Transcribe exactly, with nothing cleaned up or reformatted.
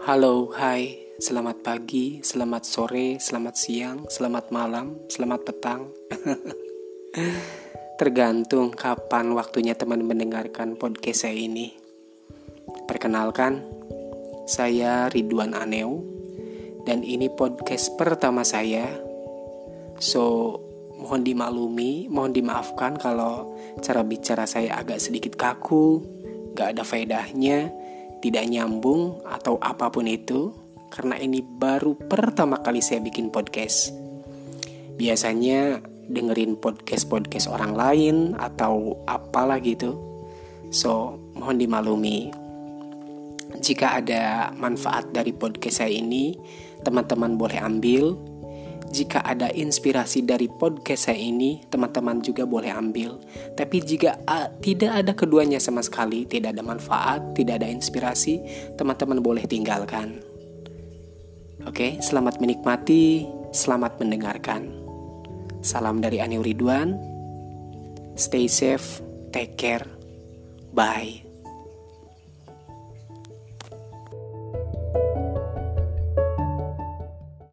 Halo, hai, selamat pagi, selamat sore, selamat siang, selamat malam, selamat petang. Tergantung kapan waktunya teman mendengarkan podcast saya ini. Perkenalkan, saya Ridwan Aneu, dan ini podcast pertama saya. So, mohon dimaklumi, mohon dimaafkan kalau cara bicara saya agak sedikit kaku, gak ada faedahnya, tidak nyambung atau apapun itu, karena ini baru pertama kali saya bikin podcast. Biasanya dengerin podcast-podcast orang lain atau apalah gitu. So, mohon dimaklumi. Jika ada manfaat dari podcast saya ini, teman-teman boleh ambil. Jika ada inspirasi dari podcast saya ini, teman-teman juga boleh ambil. Tapi jika uh, tidak ada keduanya sama sekali, tidak ada manfaat, tidak ada inspirasi, teman-teman boleh tinggalkan. Oke, selamat menikmati, selamat mendengarkan. Salam dari Aneu Ridwan. Stay safe, take care, bye.